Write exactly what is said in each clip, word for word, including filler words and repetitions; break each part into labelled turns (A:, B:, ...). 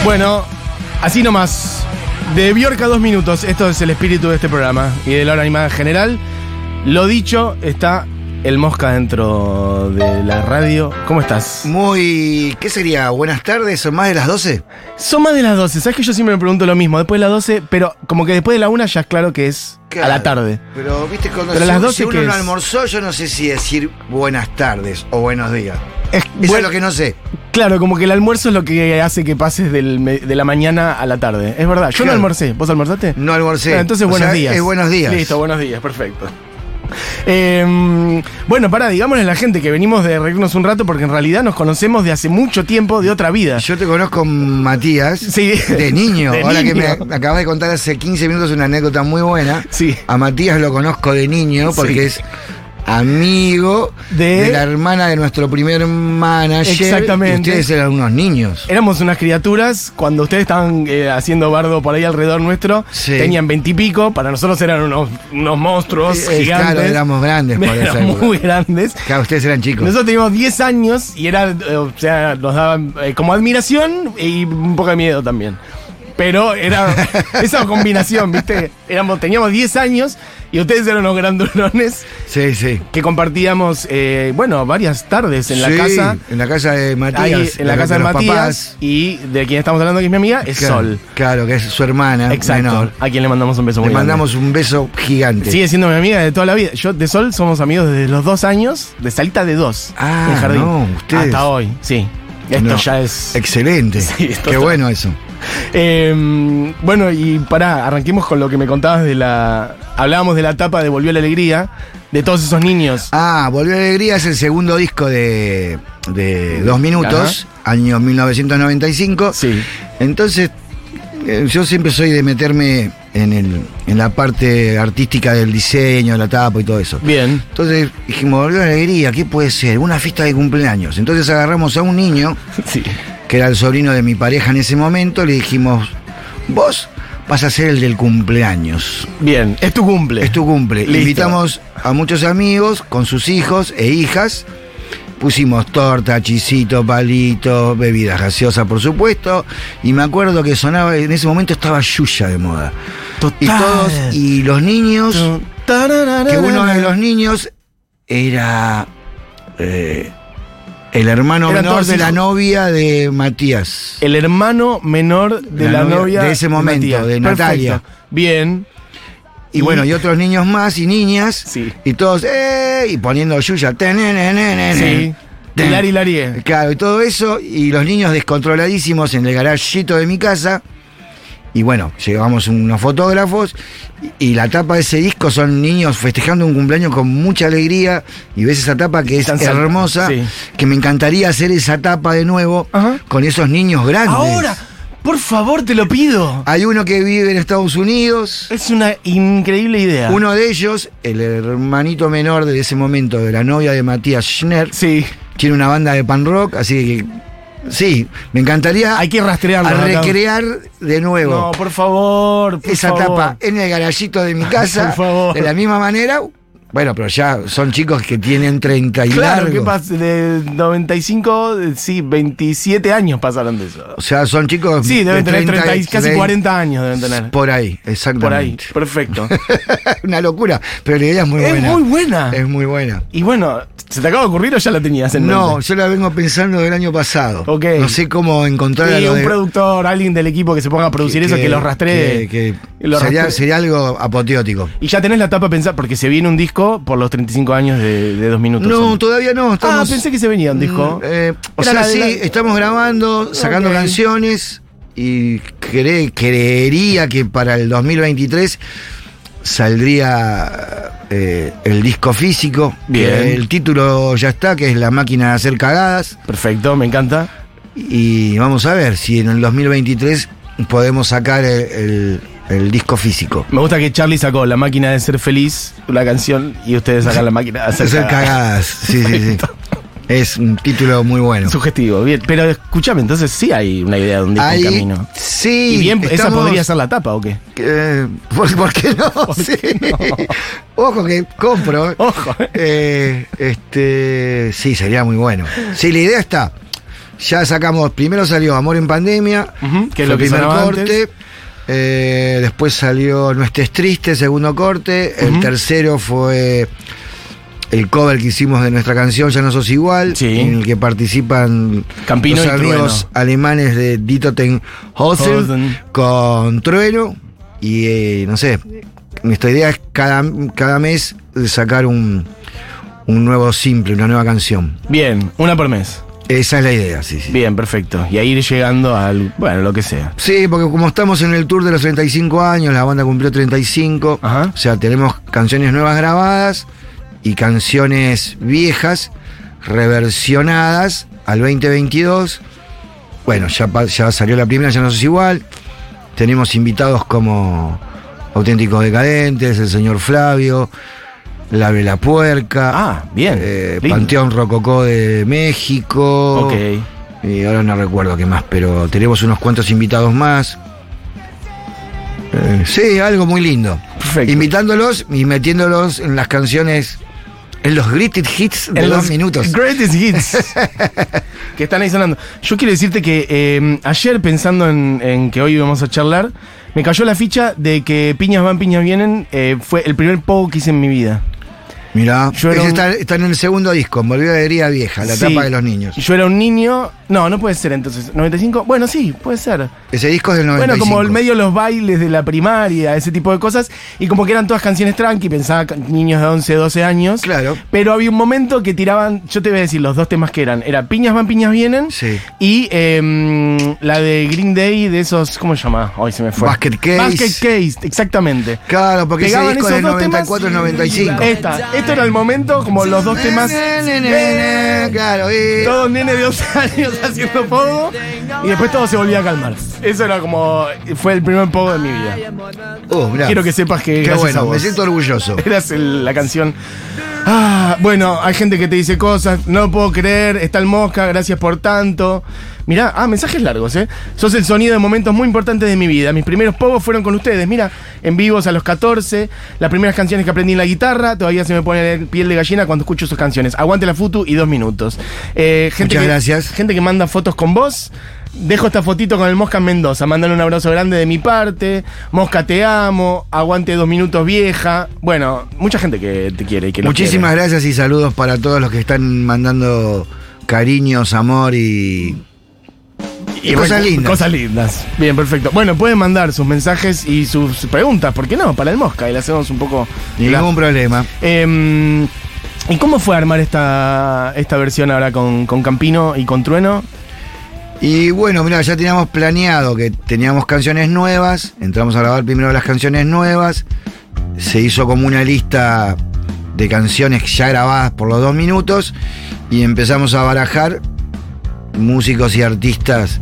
A: Bueno, así nomás. De Bjork a dos minutos. Esto es el espíritu de este programa y de la hora animada en general. Lo dicho, está el Mosca dentro de la radio. ¿Cómo estás?
B: Muy... ¿Qué sería? ¿Buenas tardes? ¿Son más de las doce?
A: Son más de las doce. ¿Sabes que yo siempre me pregunto lo mismo? Después de las doce, pero como que después de la una ya es claro que es
B: Claro,
A: a la tarde.
B: Pero, viste, cuando
A: Pero a
B: si,
A: las doce,
B: si uno
A: ¿qué
B: no
A: es?
B: almorzó, yo no sé si decir buenas tardes o buenos días.
A: Es,
B: Eso
A: bueno,
B: es lo que no sé.
A: Claro, como que el almuerzo es lo que hace que pases del me- de la mañana a la tarde. Es verdad. Yo
B: Claro.
A: no almorcé. ¿Vos almorzaste?
B: No almorcé.
A: Bueno, entonces
B: O
A: buenos
B: sea,
A: días.
B: Es buenos días.
A: Listo, buenos días, perfecto. Eh, bueno, pará, digámosle a la gente que venimos de reírnos un rato porque en realidad nos conocemos de hace mucho tiempo, de otra vida.
B: Yo te conozco, Matías,
A: Sí.
B: de niño.
A: De
B: Ahora
A: niño.
B: que me acabas de contar hace quince minutos una anécdota muy buena.
A: Sí.
B: A Matías lo conozco de niño porque
A: Sí.
B: es amigo
A: De-
B: de... la hermana de nuestro primer manager.
A: Exactamente.
B: Y ustedes eran unos niños.
A: Éramos unas criaturas cuando ustedes estaban eh, haciendo bardo por ahí alrededor nuestro.
B: Sí.
A: Tenían veintipico, para nosotros eran unos, unos monstruos
B: Eh,
A: gigantes.
B: Claro, éramos grandes por esa
A: Eran
B: época.
A: muy grandes.
B: Claro, ustedes eran chicos.
A: Nosotros teníamos diez años y era, eh, o sea, nos daban eh, como admiración y un poco de miedo también. Pero era esa combinación, ¿viste? Éramos, teníamos diez años y ustedes eran unos grandulones
B: Sí, sí.
A: que compartíamos, eh, bueno, varias tardes en la
B: Sí,
A: casa.
B: En la casa de Matías.
A: Ahí, en la casa de,
B: los
A: Matías.
B: papás.
A: Y de quien estamos hablando, que es mi amiga, es
B: Claro,
A: Sol.
B: Claro, que es su hermana
A: Exacto.
B: menor.
A: A quien le mandamos un beso
B: Le
A: muy grande.
B: mandamos un beso gigante.
A: Sigue siendo mi amiga de toda la vida. Yo de Sol somos amigos desde los dos años, de salita de dos.
B: Ah,
A: en jardín.
B: no, ustedes.
A: Hasta hoy, sí. Esto
B: No,
A: ya es.
B: Excelente.
A: Sí,
B: Qué
A: total.
B: bueno eso.
A: Eh, bueno, y pará, arranquemos con lo que me contabas de la. Hablábamos de la etapa de Volvió la Alegría, de todos esos niños.
B: Ah, Volvió la Alegría es el segundo disco de, de Dos Minutos, año mil novecientos noventa y cinco.
A: Sí.
B: Entonces, eh, yo siempre soy de meterme en, el, en la parte artística del diseño, la tapa y todo eso.
A: Bien.
B: Entonces dijimos, Volvió la Alegría, ¿qué puede ser? Una fiesta de cumpleaños. Entonces agarramos a un niño,
A: Sí.
B: que era el sobrino de mi pareja en ese momento, le dijimos, vos vas a ser el del cumpleaños.
A: Bien. Es tu cumple.
B: Es tu cumple.
A: Listo.
B: Invitamos a muchos amigos con sus hijos e hijas. Pusimos torta, chisito, palito, bebidas gaseosas, por supuesto. Y me acuerdo que sonaba, en ese momento estaba Yuya de moda.
A: Total.
B: Y todos, y los niños, que uno de los niños era eh, el hermano
A: Eran
B: menor
A: todos
B: de la
A: hijos.
B: novia de Matías.
A: El hermano menor de la,
B: La novia
A: novia
B: de ese momento,
A: Matías.
B: de
A: Perfecto.
B: Natalia.
A: Bien.
B: Y, bueno, y otros niños más y niñas.
A: Sí.
B: Y todos, ¡eh! Y poniendo Yuya.
A: Sí. Hilari Larie.
B: Claro, y todo eso. Y los niños descontroladísimos en el garagito de mi casa. Y bueno, llevamos unos fotógrafos. Y, y la tapa de ese disco son niños festejando un cumpleaños con mucha alegría. Y ves esa tapa que es
A: Están saltando,
B: hermosa.
A: sí.
B: Que me encantaría hacer esa tapa de nuevo.
A: Ajá.
B: Con esos niños grandes.
A: Ahora, por favor, te lo pido.
B: Hay uno que vive en Estados Unidos.
A: Es una increíble idea.
B: Uno de ellos, el hermanito menor de ese momento, de la novia de Matías Schner,
A: Sí.
B: tiene una banda de pan rock, así que sí, me encantaría
A: Hay que rastrearlo.
B: a
A: acá.
B: recrear de nuevo
A: No, por favor. Por
B: esa
A: favor.
B: tapa en el garagito de mi casa,
A: Por favor.
B: de la misma manera. Bueno, pero ya son chicos que tienen treinta y
A: Claro, ¿qué
B: largo.
A: pasa? De noventa y cinco, eh, sí, veintisiete años pasaron de eso.
B: O sea, son chicos
A: Sí, deben
B: de
A: tener
B: treinta,
A: treinta y casi
B: veinte,
A: cuarenta años deben tener.
B: Por ahí, exactamente.
A: Por ahí, perfecto.
B: Una locura, pero la idea es muy
A: Es
B: buena.
A: muy buena.
B: Es muy buena.
A: Y bueno, ¿se te acaba de ocurrir o ya la tenías en
B: No,
A: mente?
B: yo la vengo pensando del año pasado.
A: Ok.
B: No sé cómo encontrar a
A: Y
B: lo
A: un
B: de-
A: productor, alguien del equipo que se ponga a producir eso, que, los rastree.
B: que- que
A: Lo
B: sería,
A: rastree.
B: sería algo apoteótico.
A: Y ya tenés la etapa pensada, porque se viene un disco por los treinta y cinco años de, de dos minutos.
B: No,
A: Son.
B: todavía no.
A: Ah,
B: Estamos,
A: pensé que se venía un disco.
B: Mm, eh, o
A: Era
B: sea,
A: la de
B: sí,
A: la-
B: estamos grabando, sacando
A: Ok.
B: canciones y cre- creería que para el dos mil veintitrés saldría eh, el disco físico.
A: Bien.
B: Que el título ya está, que es La máquina de hacer cagadas.
A: Perfecto, me encanta.
B: Y vamos a ver si en el dos mil veintitrés podemos sacar el, el- el disco físico.
A: Me gusta que Charlie sacó La máquina de ser feliz, la canción, y ustedes sacan La máquina de hacer
B: Hacer
A: cagadas.
B: cagadas. Sí, sí, sí. Es un título muy bueno.
A: Sugestivo, bien. Pero escúchame, entonces sí hay una idea de un disco en
B: Ahí,
A: camino.
B: sí.
A: Y bien, esa
B: estamos-
A: podría ser la tapa, ¿o qué?
B: Eh, ¿por, por qué no? Sí. Ojo que compro. ¿eh?
A: Ojo.
B: Eh, este, sí, sería muy bueno. Sí, la idea está. ya sacamos, primero salió Amor en Pandemia,
A: Uh-huh, que es
B: fue
A: lo que
B: el primer
A: sonaba
B: corte.
A: antes.
B: Eh, después salió No estés triste, segundo corte. El
A: Ujú.
B: tercero fue el cover que hicimos de nuestra canción Ya no sos igual,
A: Sí.
B: en el que participan
A: Campino
B: los
A: y
B: amigos
A: Trueno.
B: alemanes de Dieter Ten Hosen
A: Hosen.
B: con Trueno. Y eh, no sé, nuestra idea es cada, cada mes sacar un, un nuevo simple, una nueva canción.
A: Bien, una por mes.
B: Esa es la idea, sí, sí.
A: Bien, perfecto. Y a ir llegando al, bueno, lo que sea.
B: Sí, porque como estamos en el tour de los treinta y cinco años, la banda cumplió treinta y cinco,
A: Ajá.
B: o sea, tenemos canciones nuevas grabadas y canciones viejas reversionadas al veinte veintidós. Bueno, ya, pa- ya salió la primera, Ya no sos igual. Tenemos invitados como Auténticos Decadentes, el señor Flavio, La Vela Puerca,
A: Ah, bien.
B: eh,
A: Lindo.
B: Panteón Rococó de México.
A: Ok.
B: Y ahora no recuerdo qué más, pero tenemos unos cuantos invitados más. Eh, sí, algo muy lindo.
A: Perfecto.
B: Invitándolos y metiéndolos en las canciones, en los greatest hits de
A: En
B: dos
A: los
B: minutos.
A: Greatest hits. Que están ahí sonando. Yo quiero decirte que eh, ayer, pensando en, en que hoy íbamos a charlar, me cayó la ficha de que Piñas van, Piñas vienen. eh, fue el primer pogo que hice en mi vida.
B: Mirá,
A: Yo era
B: ese
A: un-
B: está, está en el segundo disco, en Volvió de Alegría Vieja, la
A: Sí.
B: etapa de los niños.
A: Yo era un niño. No, no puede ser entonces. ¿noventa y cinco? Bueno, sí, puede ser.
B: Ese disco es del noventa y cinco.
A: Bueno, como el medio los bailes de la primaria, ese tipo de cosas. Y como que eran todas canciones tranqui, pensaba ca- niños de once, doce años.
B: Claro.
A: Pero había un momento que tiraban, yo te voy a decir los dos temas que eran. Era Piñas van, Piñas vienen.
B: Sí.
A: Y em, la de Green Day, de esos, ¿cómo se llama? Hoy se me fue.
B: Basket Case.
A: Basket Case, exactamente.
B: Claro, porque ese
A: Pegaban
B: disco
A: esos
B: es del
A: dos
B: noventa y cuatro al noventa y cinco.
A: Esta, esto era el momento, como los dos temas.
B: Ne, ne, ne, ne, claro, y...
A: Todos nenes de doce años haciendo pogo y después todo se volvía a calmar. Eso era como. Fue el primer pogo de mi vida.
B: Oh, mirá.
A: Quiero que sepas que.
B: Qué
A: gracias a
B: bueno,
A: vos.
B: me siento orgulloso.
A: Eras el- la canción. Ah, bueno, hay gente que te dice cosas. No lo puedo creer. Está el Mosca, gracias por tanto. Mirá, ah, mensajes largos, ¿eh? Sos el sonido de momentos muy importantes de mi vida. Mis primeros pogos fueron con ustedes. Mira, en vivos a los catorce. Las primeras canciones que aprendí en la guitarra. Todavía se me pone la piel de gallina cuando escucho sus canciones. Aguante la Futu y dos minutos. Eh, gente
B: Muchas
A: que,
B: gracias.
A: Gente que manda fotos con vos. Dejo esta fotito con el Mosca en Mendoza. Mándale un abrazo grande de mi parte. Mosca, te amo. Aguante dos minutos, vieja. Bueno, mucha gente que te quiere y que lo
B: Muchísimas
A: quiere.
B: gracias y saludos para todos los que están mandando cariños, amor y, y cosas
A: recu-
B: lindas.
A: Cosas lindas. Bien, perfecto. Bueno, pueden mandar sus mensajes y sus preguntas, ¿por qué no? Para el Mosca y le hacemos un poco.
B: Ningún problema.
A: Eh, ¿Y cómo fue armar esta, esta versión ahora con, con Campino y con Trueno?
B: Y bueno, mira, ya teníamos planeado que teníamos canciones nuevas. Entramos a grabar primero las canciones nuevas. Se hizo como una lista de canciones ya grabadas por los dos minutos. Y empezamos a barajar músicos y artistas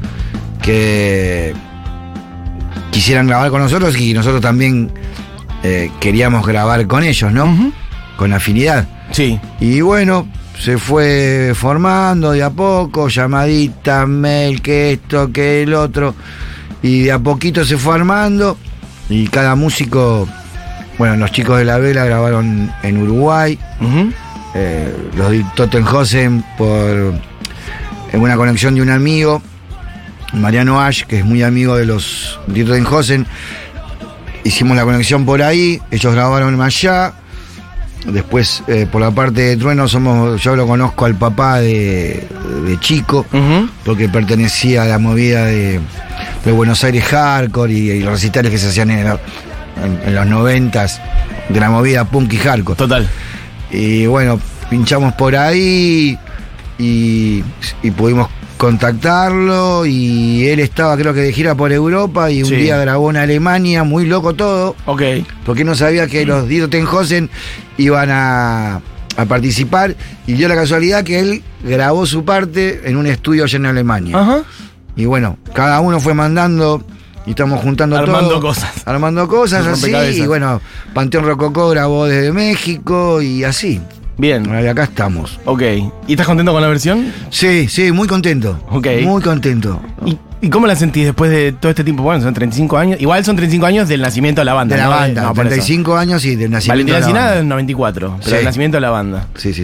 B: que quisieran grabar con nosotros y nosotros también eh, queríamos grabar con ellos, ¿no?
A: Ujú.
B: Con afinidad.
A: Sí.
B: Y bueno, se fue formando de a poco, llamadita, mail, que esto, que el otro. Y de a poquito se fue armando. Y cada músico, bueno, los chicos de La Vela grabaron en Uruguay.
A: Ujú.
B: Eh, los de Tottenhausen por en una conexión de un amigo, Mariano Ash, que es muy amigo de los de Tottenhausen. Hicimos la conexión por ahí, ellos grabaron allá. Después, eh, por la parte de Trueno, somos, yo lo conozco al papá de, de Chico,
A: Ujú.
B: porque pertenecía a la movida de, de Buenos Aires Hardcore y, y los recitales que se hacían en, la- en- en los noventas de la movida punk y hardcore.
A: Total.
B: Y bueno, pinchamos por ahí y, y pudimos contactarlo y él estaba creo que de gira por Europa y un
A: Sí.
B: día grabó en Alemania, muy loco todo,
A: Ok.
B: porque no sabía que los Dieter Ten Hosen iban a, a participar y dio la casualidad que él grabó su parte en un estudio allá en Alemania.
A: Ajá.
B: Y bueno, cada uno fue mandando y estamos juntando
A: Armando
B: todo.
A: cosas.
B: Armando cosas
A: Un
B: así.
A: rompecabezas.
B: Y bueno, Panteón Rococó grabó desde México y así.
A: Bien.
B: Y acá estamos.
A: Ok. ¿Y estás contento con la versión?
B: Sí, sí, muy contento.
A: Ok.
B: Muy contento.
A: ¿Y, y cómo la sentís después de todo este tiempo? Bueno, son treinta y cinco años. Igual son treinta y cinco años del nacimiento de la banda.
B: De la
A: ¿no?
B: banda,
A: No, por
B: treinta y
A: eso.
B: cinco años y del nacimiento
A: Valentina
B: de la
A: Sinada
B: banda.
A: del noventa y cuatro, pero
B: Sí.
A: el nacimiento de la banda.
B: Sí, sí, sí.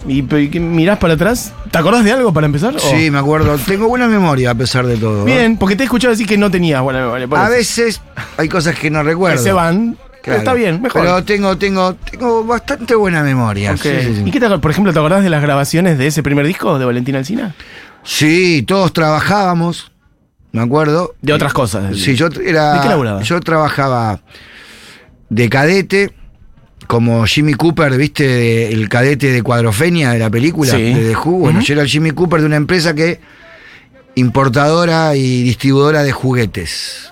A: ¿Y, y mirás para atrás? ¿Te acordás de algo para empezar? ¿O?
B: Sí, me acuerdo. Tengo buena memoria a pesar de todo.
A: Bien, porque te he escuchado decir que no tenías buena memoria.
B: A eso. Veces hay cosas que no recuerdo.
A: Que se van. Claro. Está bien, mejor.
B: Pero tengo, tengo, tengo bastante buena memoria.
A: Okay.
B: Sí, sí, sí.
A: ¿Y qué te, por ejemplo, te acordás de las grabaciones de ese primer disco de Valentín Alsina?
B: Sí, todos trabajábamos, me acuerdo.
A: De otras cosas.
B: Sí, yo era.
A: ¿De qué laburabas?
B: Yo trabajaba de cadete, como Jimmy Cooper, ¿viste? El cadete de Cuadrofenia de la película,
A: sí.
B: de The Who. Bueno, uh-huh. Yo era el Jimmy Cooper de una empresa que importadora y distribuidora de juguetes.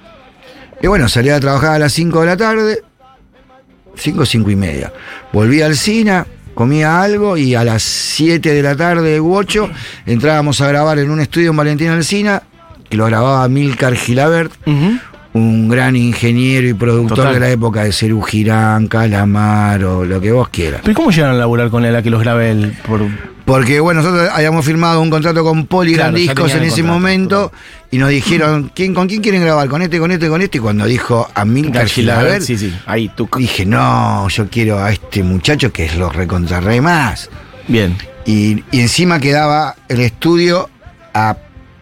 B: Y bueno, salía a trabajar a las cinco de la tarde, cinco, cinco y media. Volvía al cine, comía algo y a las siete de la tarde u ocho entrábamos a grabar en un estudio en Valentín Alsina, que lo grababa Milcar Gilabert, uh-huh. un gran ingeniero y productor Total. de la época de Cerú Girán, Calamaro, lo que vos quieras.
A: ¿Pero cómo llegaron a laburar con él a que los grabe él? Por...
B: Porque, bueno, nosotros habíamos firmado un contrato con Polygram claro, Discos en ese contrato, momento claro. y nos dijeron, ¿quién, ¿con quién quieren grabar? ¿Con este, con este, con este? Y cuando dijo a Milcar Gilabert,
A: sí, sí, ahí tú.
B: Dije, no, yo quiero a este muchacho que es los recontrarrey más.
A: Bien.
B: Y, y encima quedaba el estudio a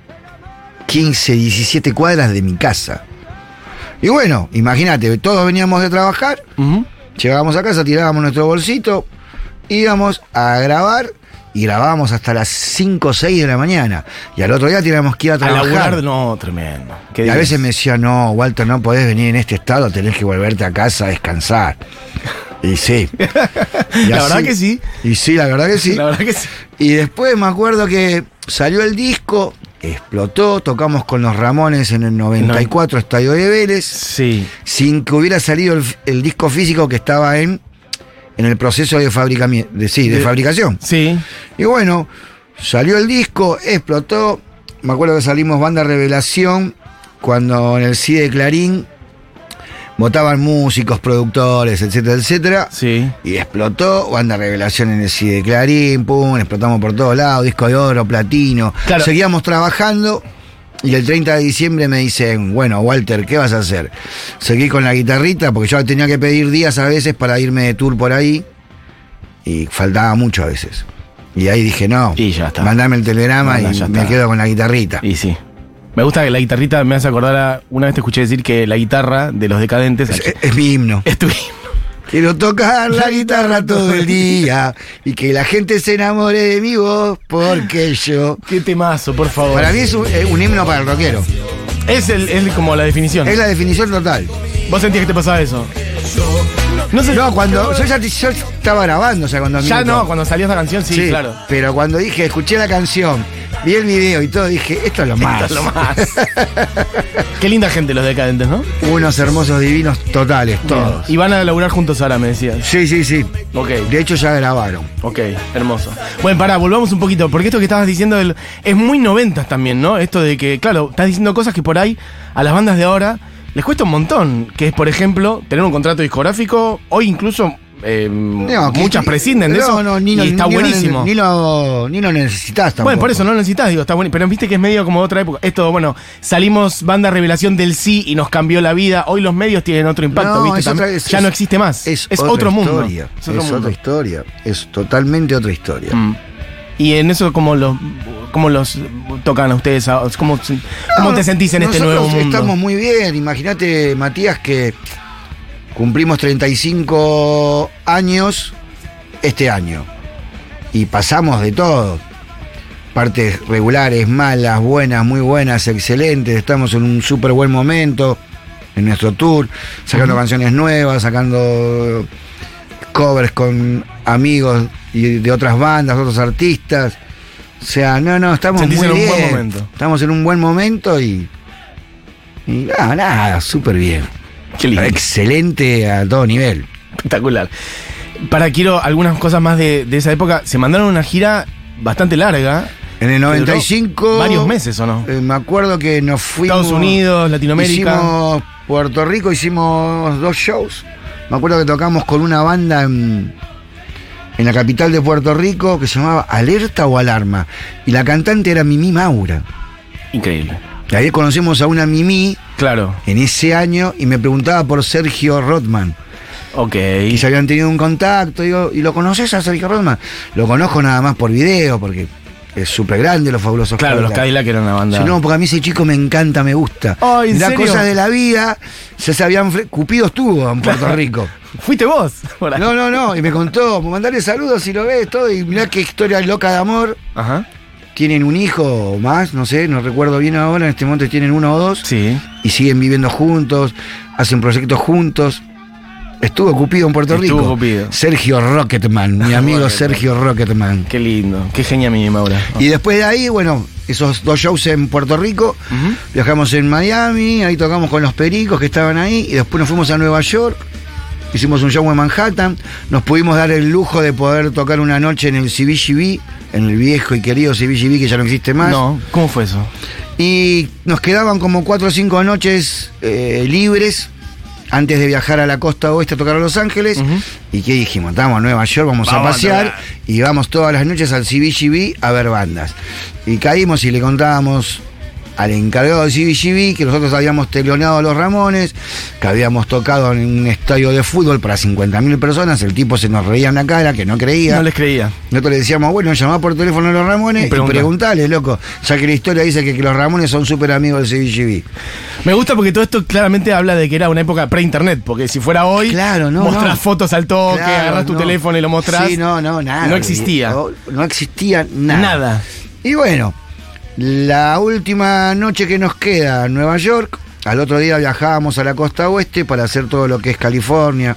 B: quince, diecisiete cuadras de mi casa. Y bueno, imagínate, todos veníamos de trabajar, uh-huh. llegábamos a casa, tirábamos nuestro bolsito, íbamos a grabar y grabábamos hasta las cinco o seis de la mañana. Y al otro día teníamos que ir a trabajar.
A: A laburar, no, tremendo.
B: Y a veces me decía, no, Walter, no podés venir en este estado, tenés que volverte a casa a descansar. Y sí. Y
A: la
B: así,
A: verdad que sí.
B: Y sí, la verdad que sí.
A: La verdad que sí.
B: Y después me acuerdo que salió el disco, explotó, tocamos con los Ramones en el noventa y cuatro, no. Estadio de Vélez.
A: Sí.
B: Sin que hubiera salido el, el disco físico que estaba en, en el proceso de, fabricamiento, de, sí, de, de fabricación.
A: Sí.
B: Y bueno, salió el disco, explotó. Me acuerdo que salimos Banda Revelación cuando en el C I D de Clarín votaban músicos, productores, etcétera, etcétera.
A: Sí.
B: Y explotó, Banda Revelación en el C I D de Clarín, pum, explotamos por todos lados, disco de oro, platino. Claro. Seguíamos trabajando y el treinta de diciembre me dicen, bueno, Walter, ¿qué vas a hacer? Seguí con la guitarrita, porque yo tenía que pedir días a veces para irme de tour por ahí. Y faltaba mucho a veces. Y ahí dije, no,
A: y ya está.
B: Mandame el telegrama Manda, y me está. quedo con la guitarrita.
A: Y sí. Me gusta que la guitarrita me hace acordar a... Una vez te escuché decir que la guitarra de los Decadentes...
B: Es, es, es mi himno.
A: Es tu himno.
B: Quiero tocar la guitarra todo el día y que la gente se enamore de mi voz porque yo...
A: Qué temazo, por favor.
B: Para mí es un, es un himno para el rockero.
A: Es, el, es como la definición.
B: Es la definición total.
A: ¿Vos sentías que te pasaba eso?
B: No sé. No, cuando yo ya yo estaba grabando, o sea, cuando
A: ya no, cuando salió esa canción, sí, sí, claro.
B: Pero cuando dije, escuché la canción, vi el video y todo, dije, esto es lo más.
A: Esto es lo más. Qué linda gente los Decadentes, ¿no?
B: Unos hermosos divinos totales, todos.
A: Y van a laburar juntos ahora, me decías.
B: Sí, sí, sí.
A: Ok.
B: De hecho ya grabaron.
A: Ok, hermoso. Bueno, pará, volvamos un poquito, porque esto que estabas diciendo del, es muy noventas también, ¿no? Esto de que, claro, estás diciendo cosas que por ahí a las bandas de ahora les cuesta un montón, que es, por ejemplo, tener un contrato discográfico, hoy incluso eh, no, muchas prescinden de no, eso, no, ni y no, está ni buenísimo.
B: Lo, ni, lo, ni lo necesitas tampoco.
A: Bueno, por eso no lo necesitas, digo, está bueno, pero viste que es medio como otra época. Esto, bueno, salimos Banda Revelación del sí y nos cambió la vida, hoy los medios tienen otro impacto,
B: no,
A: ¿viste?
B: Es otra, es,
A: ya no existe más,
B: es,
A: es
B: otra
A: otro mundo.
B: Historia, es, otro es mundo. otra historia, es totalmente otra historia. Mm.
A: Y en eso, ¿cómo los, cómo los tocan a ustedes? ¿Cómo, cómo no, te sentís en este nuevo mundo?
B: Estamos muy bien. Imagínate, Matías, que cumplimos treinta y cinco años este año. Y pasamos de todo. Partes regulares, malas, buenas, muy buenas, excelentes. Estamos en un súper buen momento en nuestro tour, sacando uh-huh. canciones nuevas, sacando covers con amigos y de otras bandas, otros artistas. O sea, no, no, estamos muy bien.
A: en un buen momento.
B: Estamos en un buen momento y... Y nada, nada, súper bien.
A: Qué lindo.
B: Excelente a todo nivel.
A: Espectacular. Para, quiero algunas cosas más de, de esa época. Se mandaron una gira bastante larga.
B: En el noventa y cinco...
A: Varios meses, ¿o no?
B: Eh, me acuerdo que nos fuimos...
A: Estados Unidos, Latinoamérica.
B: Hicimos Puerto Rico, hicimos dos shows. Me acuerdo que tocamos con una banda en, en la capital de Puerto Rico que se llamaba Alerta o Alarma. Y la cantante era Mimi Maura.
A: Increíble.
B: Y ahí conocimos a una Mimi.
A: Claro.
B: En ese año y me preguntaba por Sergio Rothman.
A: Ok.
B: Y se habían tenido un contacto. Digo, ¿y lo conoces a Sergio Rodman? Lo conozco nada más por video, porque es súper grande, Los Fabulosos
A: Claro,
B: Cadillac.
A: los Cadillac eran una banda.
B: Sí, no, porque a mí ese chico me encanta, me gusta.
A: Ay, ¿en
B: Las
A: serio?
B: cosas de la vida, ya se habían... fre- Cupido estuvo en Puerto Rico.
A: ¿Fuiste vos? Por ahí.
B: No, no, no, y me contó, mandarle saludos si lo ves, todo, y mirá qué historia loca de amor.
A: Ajá.
B: Tienen un hijo o más, no sé, no recuerdo bien ahora, en este momento tienen uno o dos.
A: Sí.
B: Y siguen viviendo juntos, hacen proyectos juntos. Estuvo Cupido en Puerto
A: Estuvo
B: Rico.
A: Cupido.
B: Sergio Rocketman, mi amigo
A: Rocketman.
B: Sergio Rocketman.
A: Qué lindo. Qué genia mi Maura.
B: Y después de ahí, bueno, esos dos shows en Puerto Rico,
A: Ujú.
B: viajamos en Miami, ahí tocamos con los Pericos que estaban ahí, y después nos fuimos a Nueva York, hicimos un show en Manhattan, nos pudimos dar el lujo de poder tocar una noche en el C B G B, en el viejo y querido C B G B que ya no existe más.
A: No, ¿cómo fue eso?
B: Y nos quedaban como cuatro o cinco noches eh, libres antes de viajar a la costa oeste a tocar a Los Ángeles.
A: Ujú.
B: ¿Y qué dijimos? Estamos en Nueva York, vamos,
A: Vamos
B: a
A: a
B: pasear
A: tocar.
B: y vamos todas las noches al C B G B a ver bandas. Y caímos y le contábamos al encargado del C B G B que nosotros habíamos teloneado a los Ramones, que habíamos tocado en un estadio de fútbol para cincuenta mil personas. El tipo se nos reía en la cara, que no creía.
A: No les creía.
B: Nosotros le decíamos, bueno, llamá por teléfono a los Ramones
A: Y
B: y,
A: pregunta.
B: preguntale, loco, ya que la historia dice que, que los Ramones son súper amigos del C B G B.
A: Me gusta porque todo esto claramente habla de que era una época pre-internet, porque si fuera hoy,
B: Claro, no,
A: mostrás
B: no.
A: fotos al toque,
B: Claro,
A: agarrás tu
B: no.
A: teléfono y lo mostrás.
B: Sí, no, no, nada.
A: No existía.
B: No, no existía nada.
A: Nada.
B: Y bueno, la última noche que nos queda en Nueva York, al otro día viajábamos a la costa oeste para hacer todo lo que es California.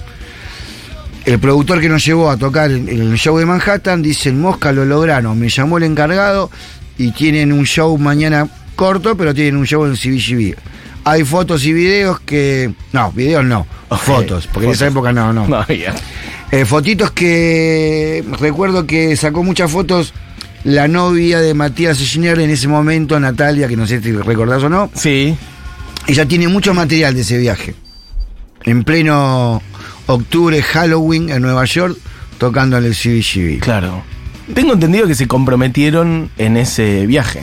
B: El productor que nos llevó a tocar en el show de Manhattan dice, en Mosca lo lograron, me llamó el encargado y tienen un show mañana corto, pero tienen un show en C B G B. Hay fotos y videos que... No, videos no,
A: Ok,
B: fotos, porque
A: fotos.
B: en esa época no, no.
A: No había.
B: Eh, fotitos que recuerdo que sacó muchas fotos la novia de Matías Schner en ese momento, Natalia, que no sé si recordás o no.
A: Sí.
B: Ella tiene mucho material de ese viaje. En pleno octubre, Halloween, en Nueva York, tocando en el C B G B.
A: Claro. Tengo entendido que se comprometieron en ese viaje.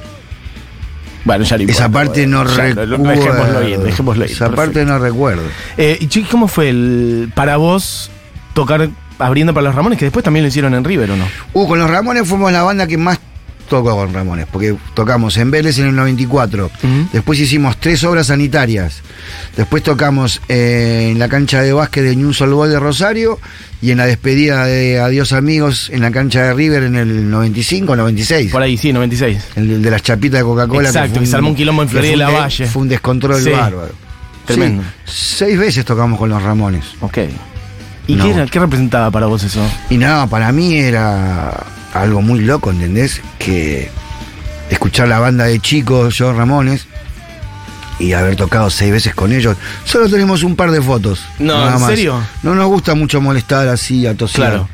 A: Bueno, ya no importa.
B: Esa parte no
A: Ya,
B: recuerdo.
A: Dejémoslo ir, dejémoslo ir.
B: Esa
A: perfecto.
B: parte no recuerdo.
A: Eh, y Chiqui, ¿cómo fue el, para vos tocar abriendo para los Ramones, que después también lo hicieron en River, ¿o no?
B: Uh, con los Ramones fuimos la banda que más tocó con Ramones, porque tocamos en Vélez en el noventa y cuatro,
A: Ujú.
B: después hicimos tres obras sanitarias, después tocamos eh, en la cancha de básquet de New Soul Bowl de Rosario y en la despedida de Adiós Amigos en la cancha de River en el noventa y cinco, noventa y seis.
A: Por ahí, sí, noventa y seis.
B: El de las chapitas de Coca-Cola.
A: Exacto,
B: fue
A: que se armó un quilombo en
B: que
A: Florida
B: fue
A: y
B: un de-
A: Lavalle.
B: Fue un descontrol
A: Sí.
B: bárbaro.
A: Tremendo.
B: Sí, seis veces tocamos con los Ramones.
A: Ok. ¿Y
B: No.
A: qué, era- qué representaba para vos eso?
B: Y nada, para mí era algo muy loco, ¿entendés? Que escuchar la banda de chicos, yo Ramones, y haber tocado seis veces con ellos. Solo tenemos un par de fotos.
A: No,
B: nada
A: ¿en
B: más.
A: serio?
B: No nos gusta mucho molestar así, a toser.
A: Claro.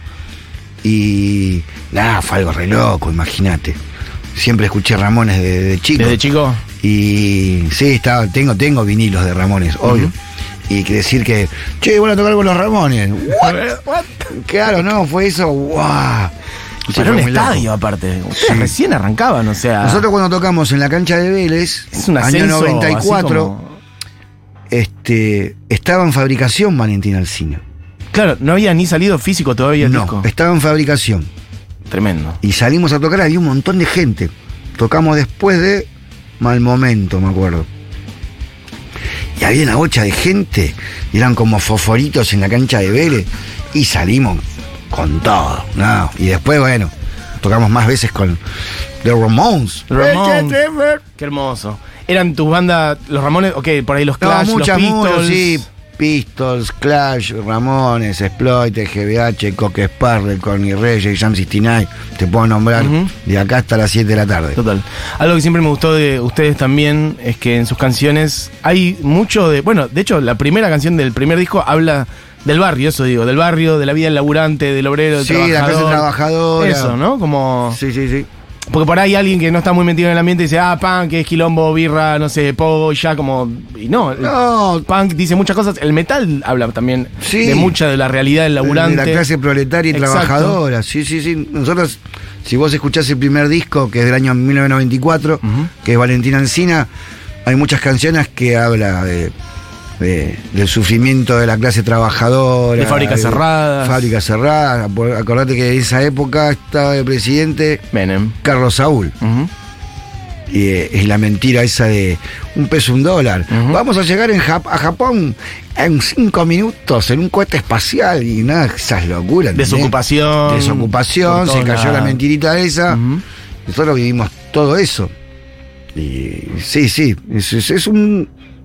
B: Y nada, fue algo re loco, imagínate. Siempre escuché Ramones de, de chico.
A: ¿Desde chico?
B: Y sí, estaba, tengo, tengo vinilos de Ramones, obvio.
A: Ujú.
B: Y que decir que, che, van a tocar con los Ramones.
A: What?
B: Claro, no, fue eso, guau. Sí,
A: Para
B: fue
A: un
B: muy loco.
A: estadio, aparte. Ustedes
B: Sí.
A: recién arrancaban, o sea.
B: Nosotros cuando tocamos en la cancha de Vélez,
A: es un
B: año
A: ascenso
B: noventa y cuatro,
A: así como-
B: este, estaba en fabricación Valentín Alsina.
A: Claro, no había ni salido físico todavía el
B: No,
A: disco.
B: estaba en fabricación.
A: Tremendo.
B: Y salimos a tocar, había un montón de gente. Tocamos después de Mal Momento, me acuerdo. Y había una bocha de gente, y eran como fosforitos en la cancha de Vélez, y salimos con todo, ¿no? Y después, bueno, tocamos más veces con The Ramones.
A: Ramones. Qué hermoso. ¿Eran tus bandas, los Ramones? Ok, por ahí los
B: No,
A: Clash,
B: muchas,
A: los Pistols.
B: muchas, sí. Pistols, Clash, Ramones, Exploit, G B H, Coque Sparrow, Connie Reyes, Jam sesenta y nueve. Te puedo nombrar
A: Ujú.
B: de acá hasta las siete de la tarde.
A: Total. Algo que siempre me gustó de ustedes también es que en sus canciones hay mucho de... Bueno, de hecho, la primera canción del primer disco habla del barrio, eso digo, del barrio, de la vida del laburante, del obrero, del
B: Sí, la
A: trabajador.
B: clase trabajadora.
A: Eso, ¿no? Como...
B: Sí, sí, sí.
A: Porque por ahí alguien que no está muy metido en el ambiente dice, ah, punk, es quilombo, birra, no sé, pogo, y ya como... Y no, el
B: No,
A: punk dice muchas cosas. El metal habla también
B: Sí.
A: de mucha de la realidad del laburante.
B: de la clase proletaria y
A: Exacto.
B: trabajadora. Sí, sí, sí. Nosotros, si vos escuchás el primer disco, que es del año mil novecientos noventa y cuatro,
A: Ujú.
B: que es Valentín Alsina, hay muchas canciones que habla de, de, del sufrimiento de la clase trabajadora.
A: De fábricas cerradas.
B: Fábricas cerradas. Acordate que en esa época estaba de presidente
A: Menem.
B: Carlos Saúl.
A: Uh-huh.
B: Y eh, es la mentira esa de un peso, un dólar. Uh-huh. Vamos a llegar en Jap- a Japón en cinco minutos en un cohete espacial y nada, esas locuras.
A: Desocupación.
B: Desocupación, se cayó la, la mentirita esa. Uh-huh. Nosotros vivimos todo eso. Y sí, sí, es, es, es un,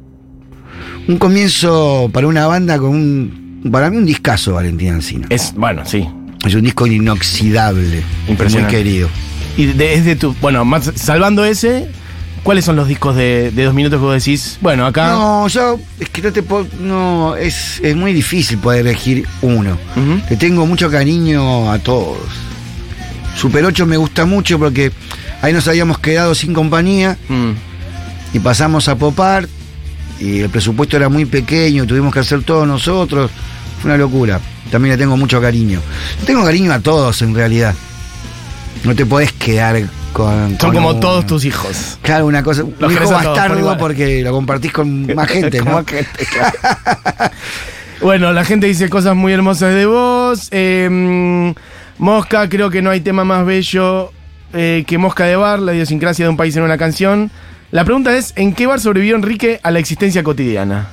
B: un comienzo para una banda con un, para mí un discazo, Valentín Alsina.
A: Es, bueno, sí.
B: Es un disco inoxidable.
A: Impresionante.
B: Muy querido.
A: Y de, es de tu, bueno, más, salvando ese, ¿cuáles son los discos de, de dos minutos que vos decís? Bueno, acá.
B: No, yo, es que no te puedo, no, es, es muy difícil poder elegir uno. Uh-huh. Le tengo mucho cariño a todos. Super ocho me gusta mucho porque ahí nos habíamos quedado sin compañía mm. y pasamos a Pop Art y el presupuesto era muy pequeño, tuvimos que hacer todo nosotros. Fue una locura. También le tengo mucho cariño. Tengo cariño a todos en realidad. No te podés quedar con...
A: Son
B: con
A: como
B: un,
A: todos tus hijos.
B: Claro, una cosa... Un hijo bastardo porque lo compartís con más gente, ¿no?
A: gente, claro. Bueno, la gente dice cosas muy hermosas de vos. Eh, Mosca, creo que no hay tema más bello eh, que Mosca de Bar, la idiosincrasia de un país en una canción. La pregunta es, ¿en qué bar sobrevivió Enrique a la existencia cotidiana?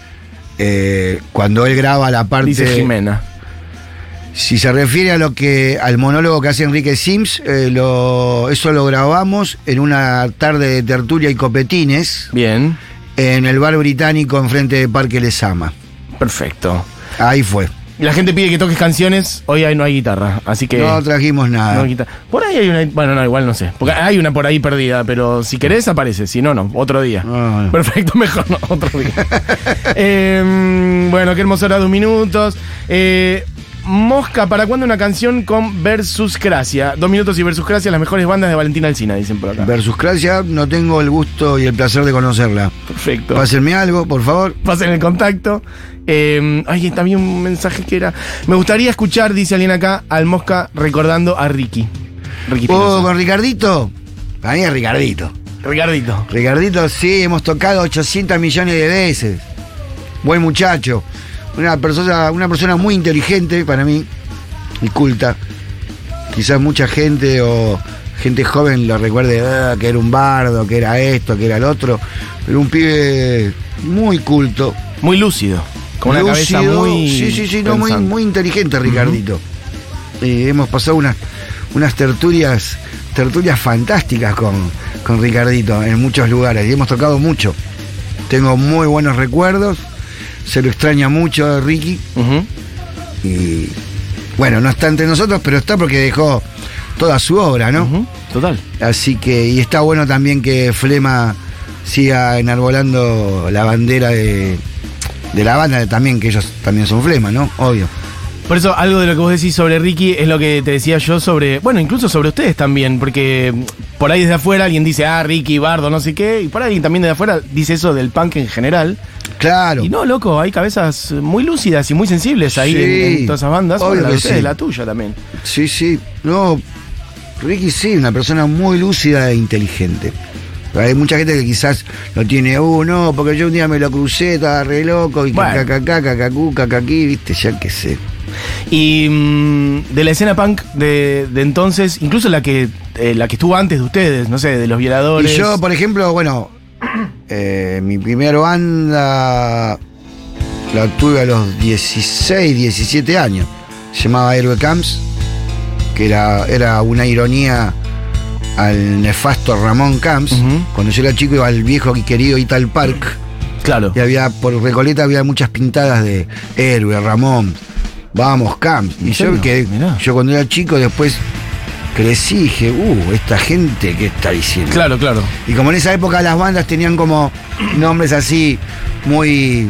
B: Eh, cuando él graba la parte...
A: Dice Jimena.
B: Si se refiere a lo que al monólogo que hace Enrique Sims, eh, lo, eso lo grabamos en una tarde de tertulia y copetines.
A: Bien.
B: En el bar británico enfrente de Parque Lezama.
A: Perfecto.
B: Ahí fue.
A: La gente pide que toques canciones, hoy no hay guitarra, así que...
B: No trajimos nada.
A: No, por ahí hay una... Bueno, no, igual no sé. Porque hay una por ahí perdida, pero si querés aparece, si no, no, otro día.
B: No, no.
A: Perfecto, mejor no, otro día. eh, bueno, qué hermosura, dos minutos. Eh... Mosca, ¿para cuándo una canción con Versuscracia? Dos minutos y Versuscracia, las mejores bandas de Valentín Alsina, dicen por acá.
B: Versuscracia, no tengo el gusto y el placer de conocerla.
A: Perfecto.
B: Pásenme algo, por favor.
A: Pasen el contacto. Eh, ay, también un mensaje que era... Me gustaría escuchar, dice alguien acá, al Mosca recordando a Ricky. Ricky
B: Oh, con Ricardito. Para mí es Ricardito.
A: Ricardito.
B: Ricardito, sí, hemos tocado ochocientos millones de veces. Buen muchacho. Una persona, una persona muy inteligente para mí y culta. Quizás mucha gente o gente joven lo recuerde ah, que era un bardo, que era esto, que era el otro. Pero un pibe muy culto.
A: Muy lúcido. Con una cabeza muy...
B: Sí, sí, sí, no, muy, muy inteligente, Ricardito. Uh-huh. Y hemos pasado una, unas tertulias, tertulias fantásticas con, con Ricardito en muchos lugares. Y hemos tocado mucho. Tengo muy buenos recuerdos. Se lo extraña mucho a Ricky. Uh-huh. Y bueno, no está entre nosotros, pero está porque dejó toda su obra, ¿no?
A: Uh-huh. Total.
B: Así que, y está bueno también que Flema siga enarbolando la bandera de, de la banda también, que ellos también son Flema, ¿no? Obvio.
A: Por eso, algo de lo que vos decís sobre Ricky es lo que te decía yo sobre, bueno, incluso sobre ustedes también, porque por ahí desde afuera alguien dice, ah, Ricky, Bardo, no sé qué, y por ahí también desde afuera dice eso del punk en general.
B: Claro.
A: Y no, loco, hay cabezas muy lúcidas y muy sensibles ahí sí, en, en todas esas bandas. Bueno, la de ustedes, sí. La tuya también.
B: Sí, sí. No, Ricky sí, una persona muy lúcida e inteligente. Hay mucha gente que quizás lo tiene uno, uh, porque yo un día me lo crucé, estaba re loco, y
A: bueno.
B: cacacá, cacacú, cacaquí, viste, ya qué sé.
A: Y mmm, de la escena punk de, de entonces, incluso la que eh, la que estuvo antes de ustedes, no sé, de Los Violadores.
B: Y yo, por ejemplo, bueno, eh, mi primera banda la tuve a los dieciséis, diecisiete años. Se llamaba Héroe Camps, que era, era una ironía al nefasto Ramón Camps. Uh-huh. Cuando yo era chico iba al viejo y querido Ital Park.
A: Claro.
B: Y había, por Recoleta había muchas pintadas de Héroe, Ramón, vamos, Camps. Y yo, que, yo cuando era chico después crecí y dije, uh, esta gente, ¿qué está diciendo?
A: Claro, claro.
B: Y como en esa época las bandas tenían como nombres así, muy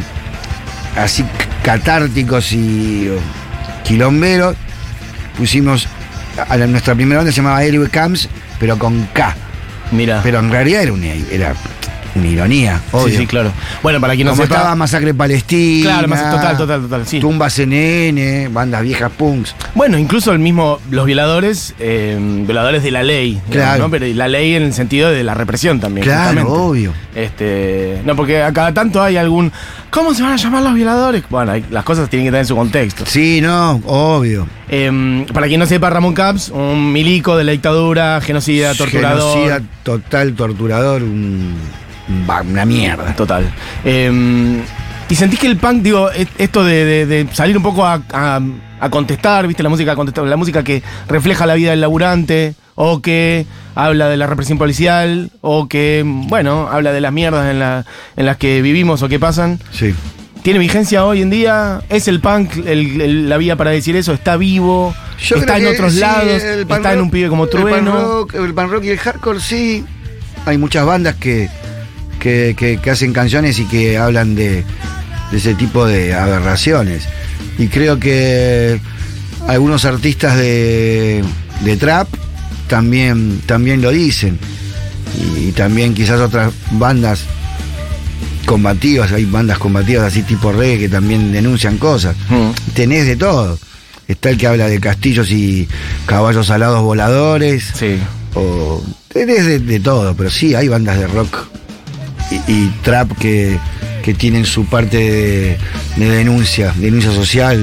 B: así catárticos y quilomberos, pusimos, a la, nuestra primera banda se llamaba Héroe Camps, pero con K.
A: Mira.
B: Pero en realidad era un era una ironía, obvio.
A: Sí, sí, claro. Bueno, para quien no
B: Como
A: sepa...
B: estaba Masacre Palestina.
A: Claro, más, total, total, total, sí.
B: Tumbas N N, bandas viejas punks.
A: Bueno, incluso el mismo, los violadores, eh, violadores de la ley, digamos,
B: Claro.
A: ¿no? Pero la ley en el sentido de la represión también.
B: Claro,
A: justamente.
B: obvio.
A: Este, no, porque a cada tanto hay algún... ¿Cómo se van a llamar los violadores? Bueno, hay- las cosas tienen que estar en su contexto.
B: Sí, no, obvio.
A: Eh, para quien no sepa, Ramón Caps, un milico de la dictadura, genocida, torturador.
B: Genocida total, torturador, un, una mierda.
A: Total. Eh, y sentís que el punk, digo, es- esto de, de- de salir un poco a, a- a contestar, ¿viste? La música, a contestar, la música que refleja la vida del laburante, o que habla de la represión policial, o que, bueno, habla de las mierdas en, la, en las que vivimos o que pasan.
B: Sí.
A: ¿Tiene vigencia hoy en día? ¿Es el punk el- el- la vía para decir eso? ¿Está vivo?
B: Yo
A: ¿Está en
B: creo que
A: otros
B: sí,
A: lados?
B: el punk
A: ¿Está en
B: rock-
A: un pibe como
B: El punk,
A: Trueno?
B: rock, el punk rock y el hardcore, sí. Hay muchas bandas que, que, que- que hacen canciones y que hablan de, de ese tipo de aberraciones. Y creo que algunos artistas de, de trap también, también lo dicen. Y, y también quizás otras bandas combativas, hay bandas combativas así tipo reggae que también denuncian cosas.
A: Mm.
B: Tenés de todo. Está el que habla de castillos y caballos alados voladores.
A: Sí.
B: O tenés de, de todo, pero sí, hay bandas de rock y, y trap que, que tienen su parte de, de denuncia, denuncia social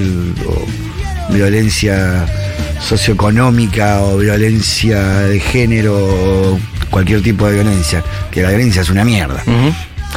B: o violencia socioeconómica o violencia de género o cualquier tipo de violencia, que la violencia es una mierda.
A: Ujú.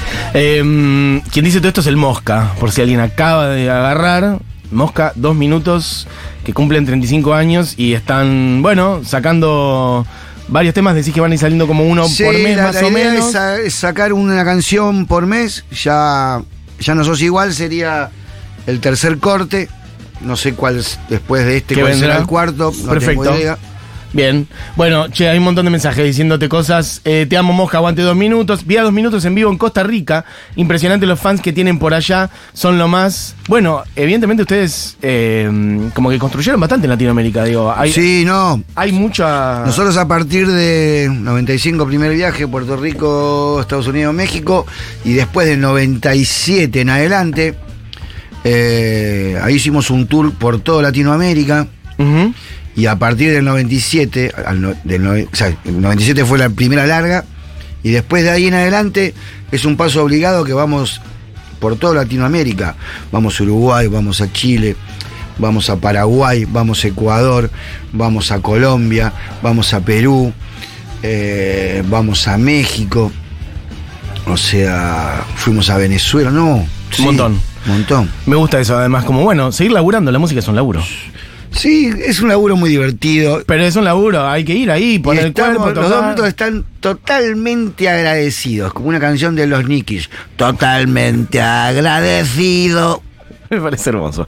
A: Eh, quien dice todo esto es el Mosca, por si alguien acaba de agarrar. Mosca, dos minutos, que cumplen treinta y cinco años y están, bueno, sacando varios temas. Decís que van a ir saliendo como uno
B: Sí,
A: por mes,
B: la,
A: más
B: la
A: o
B: idea
A: menos.
B: es, sa- es sacar una canción por mes, ya, ya no sos igual, sería el tercer corte, no sé cuál es después de este,
A: ¿Qué
B: cuál
A: vendrá?
B: será el cuarto, no
A: Perfecto.
B: tengo idea.
A: Bien. Bueno, che, hay un montón de mensajes diciéndote cosas. Eh, te amo, Mosca, aguante dos minutos. Vi a dos minutos en vivo en Costa Rica. Impresionante los fans que tienen por allá. Son lo más. Bueno, evidentemente ustedes eh, como que construyeron bastante en Latinoamérica, digo. Hay,
B: Sí, no,
A: hay mucha.
B: nosotros a partir de noventa y cinco primer viaje, Puerto Rico, Estados Unidos, México, y después del noventa y siete en adelante, eh, ahí hicimos un tour por toda Latinoamérica.
A: Ujú.
B: Y a partir del noventa y siete, al no- del nove- o sea, el noventa y siete fue la primera larga, y después de ahí en adelante es un paso obligado que vamos por toda Latinoamérica. Vamos a Uruguay, vamos a Chile, vamos a Paraguay, vamos a Ecuador, vamos a Colombia, vamos a Perú, eh, vamos a México, o sea, fuimos a Venezuela, no. sí,
A: montón.
B: Un montón.
A: Me gusta eso, además, como bueno, seguir laburando, la música es un laburo.
B: Sí, es un laburo muy divertido.
A: Pero es un laburo, hay que ir ahí,
B: Y
A: poner el
B: estamos-
A: cuerpo,
B: los dos
A: tocar.
B: minutos están totalmente agradecidos, como una canción de los Nikis. Totalmente agradecido.
A: Me parece hermoso.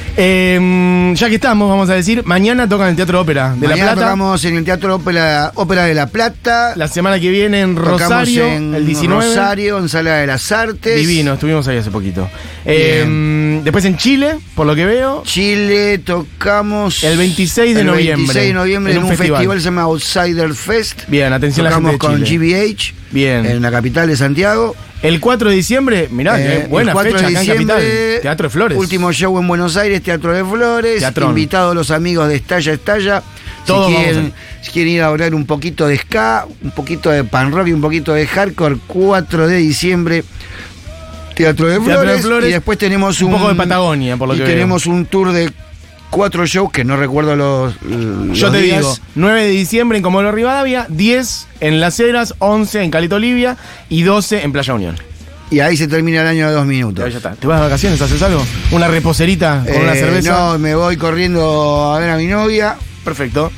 A: Eh, ya que estamos, vamos a decir, mañana tocan en el Teatro Ópera de
B: Mañana
A: La Plata.
B: tocamos en el Teatro Ópera, Ópera de La Plata.
A: La semana que viene en
B: Tocamos
A: Rosario,
B: en
A: el diecinueve.
B: Rosario, en Sala de las Artes.
A: Divino, estuvimos ahí hace poquito. Eh, después en Chile, por lo que veo.
B: Chile tocamos
A: El veintiséis de
B: el
A: noviembre,
B: veintiséis de noviembre
A: en
B: en
A: un
B: un
A: festival.
B: festival que se llama Outsider Fest.
A: Bien, atención a la
B: Tocamos
A: gente de
B: con
A: Chile.
B: G B H
A: Bien.
B: en la capital de Santiago.
A: El cuatro de diciembre, mirá,
B: Eh,
A: qué buena
B: el cuatro
A: fecha
B: de
A: acá en
B: diciembre,
A: Capital. Teatro de Flores.
B: Último show en Buenos Aires, Teatro de Flores.
A: Teatrón.
B: Invitados los amigos de Estalla Estalla.
A: Todos
B: si,
A: vamos
B: quieren, si quieren ir a hablar un poquito de ska, un poquito de pan rock y un poquito de hardcore, cuatro de diciembre. Teatro de,
A: Teatro de
B: Flores,
A: Flores,
B: y después tenemos
A: un
B: un,
A: poco de Patagonia, por lo
B: y
A: que
B: tenemos un tour de cuatro shows que no recuerdo los, los
A: Yo te
B: días.
A: digo, nueve de diciembre en Comodoro Rivadavia, diez en Las Heras, once en Caleta Olivia y doce en Playa Unión.
B: Y ahí se termina el año de dos minutos.
A: Ahí ya está. ¿Te vas de vacaciones? ¿Haces algo? ¿Una reposerita con una
B: Eh,
A: cerveza?
B: No, me voy corriendo a ver a mi novia.
A: Perfecto.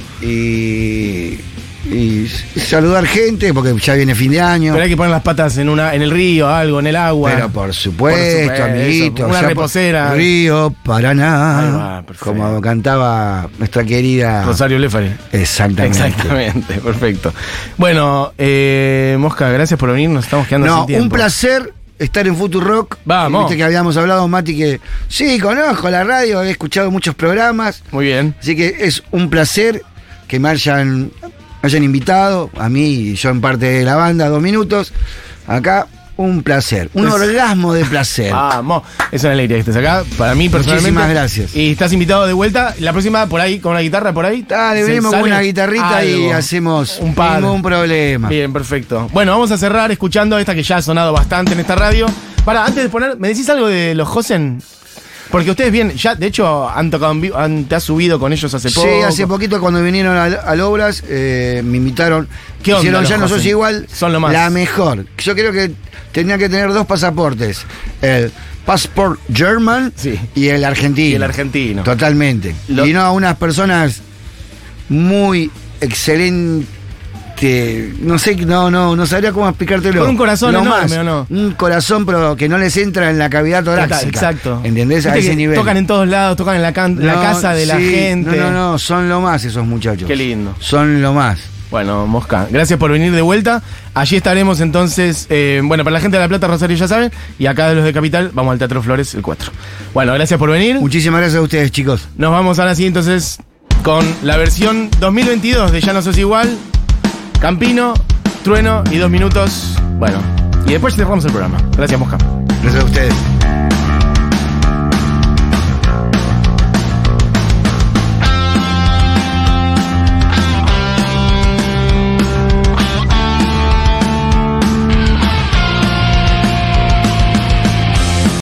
B: y, y saludar gente porque ya viene fin de año.
A: Pero hay que poner las patas en una, en el río, algo, en el agua.
B: Pero por supuesto,
A: Por supuesto,
B: amiguito.
A: una
B: ya por-
A: reposera.
B: Río
A: Ahí
B: Paraná.
A: va, perfecto.
B: Como cantaba nuestra querida.
A: Rosario Lefari.
B: Exactamente.
A: Exactamente, perfecto. Bueno, eh, Mosca, gracias por venir, nos estamos quedando
B: No,
A: sin tiempo.
B: un placer estar en Futurock.
A: Vamos.
B: Viste que habíamos hablado, Mati, que sí, conozco la radio, he escuchado muchos programas.
A: Muy bien.
B: Así que es un placer que me hayan, me hayan invitado, a mí y yo en parte de la banda, dos minutos, Acá, un placer. Un
A: Es-
B: orgasmo de placer.
A: Vamos, es una alegría que estés acá. Para mí, personalmente.
B: Muchísimas gracias.
A: Y estás invitado de vuelta. La próxima, por ahí, con una guitarra, por ahí.
B: Dale,
A: ¿Se
B: venimos con
A: sale?
B: una guitarrita y
A: Algo.
B: hacemos
A: un par.
B: ningún problema.
A: Bien, perfecto. Bueno, vamos a cerrar escuchando esta que ya ha sonado bastante en esta radio. Para, antes de poner, ¿me decís algo de los Josen? Porque ustedes bien, ya, de hecho, han tocado en vivo, han, te has subido con ellos hace poco.
B: Sí, hace poquito cuando vinieron al, al Obras, eh, me invitaron.
A: ¿Qué onda
B: Hicieron
A: los
B: Ya no sos
A: Josen?
B: igual.
A: Son lo más.
B: La mejor. Yo creo que tenía que tener dos pasaportes. El Passport German
A: Sí.
B: y el argentino.
A: Y el argentino.
B: Totalmente.
A: Lo-
B: Y no, unas personas muy excelentes. No sé, no, no, no sabría cómo explicártelo.
A: Con un corazón
B: Lo
A: enorme,
B: más,
A: ¿o no?
B: Un corazón, pero que no les entra en la cavidad torácica.
A: Total, exacto.
B: ¿Entendés? A
A: Viste
B: ese
A: que
B: nivel.
A: tocan en todos lados, tocan en la, can- la
B: No,
A: casa de la
B: sí,
A: gente.
B: No, no, no, son lo más esos muchachos.
A: Qué lindo.
B: Son lo más.
A: Bueno, Mosca, gracias por venir de vuelta. Allí estaremos entonces, eh, bueno, para la gente de La Plata, Rosario ya saben, y acá de los de Capital, vamos al Teatro Flores el cuatro. Bueno, gracias por venir.
B: Muchísimas gracias a ustedes, chicos.
A: Nos vamos ahora sí entonces con la versión dos mil veintidós de Ya no sos igual, Campino, Trueno y dos minutos. Bueno, y después cerramos el programa. Gracias, Mosca.
B: Gracias a ustedes.